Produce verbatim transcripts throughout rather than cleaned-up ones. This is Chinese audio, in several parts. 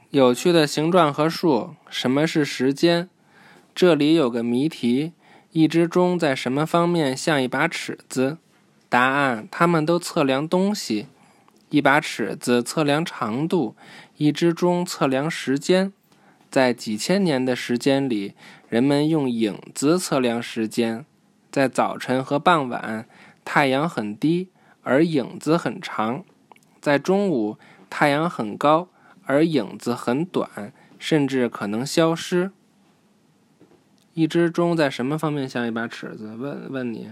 有趣的形状和数，什么是时间？这里有个谜题，一只钟在什么方面像一把尺子？答案，它们都测量东西。一把尺子测量长度，一只钟测量时间。在几千年的时间里，人们用影子测量时间。在早晨和傍晚，太阳很低，而影子很长。在中午，太阳很高，而影子很短，甚至可能消失。一只钟在什么方面像一把尺子？问问你。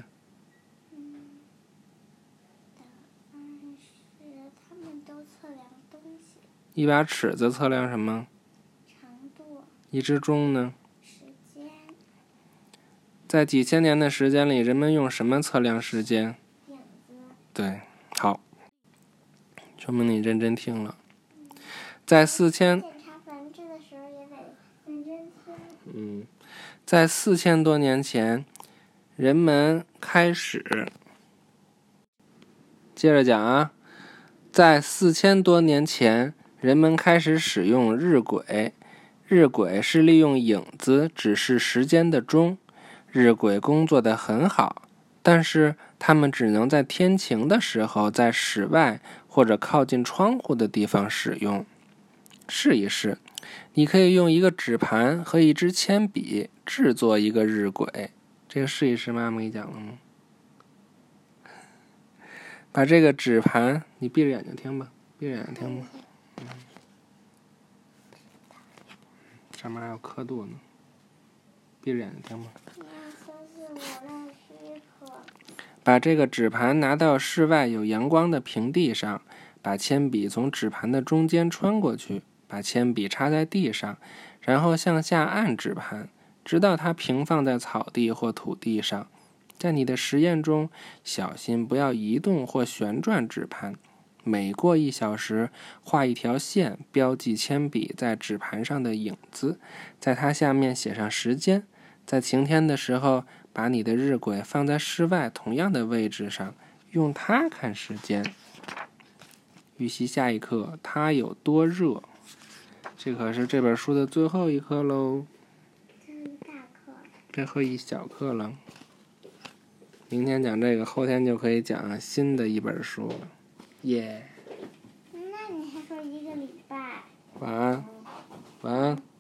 一把尺子测量什么？ 长度。 一只钟呢？ 时间。 在几千年的时间里，人们用什么测量时间？ 影子。 对，好，说明你认真听了。在四千， 检查繁殖的时候也得认真听。 嗯，在四千多年前，人们开始，接着讲啊，在四千多年前。人们开始使用日晷，日晷是利用影子指示时间的钟。日晷工作得很好，但是它们只能在天晴的时候在室外或者靠近窗户的地方使用。试一试，你可以用一个纸盘和一支铅笔制作一个日晷。这个试一试，妈妈给你讲了吗？把这个纸盘，你闭着眼睛听吧，闭着眼睛听吧。嗯，上面还有刻度呢，闭着眼睛听吧。 一二三四五六七颗。 把这个纸盘拿到室外有阳光的平地上，把铅笔从纸盘的中间穿过去，把铅笔插在地上，然后向下按纸盘，直到它平放在草地或土地上。在你的实验中，小心不要移动或旋转纸盘。每过一小时，画一条线，标记铅笔在纸盘上的影子，在它下面写上时间。在晴天的时候，把你的日晷放在室外同样的位置上，用它看时间。预习下一课，它有多热？这可是这本书的最后一课喽。 这是大课。 最后一小课了。明天讲这个，后天就可以讲新的一本书了。耶、 yeah ！那你还说一个礼拜？ 晚安，晚安。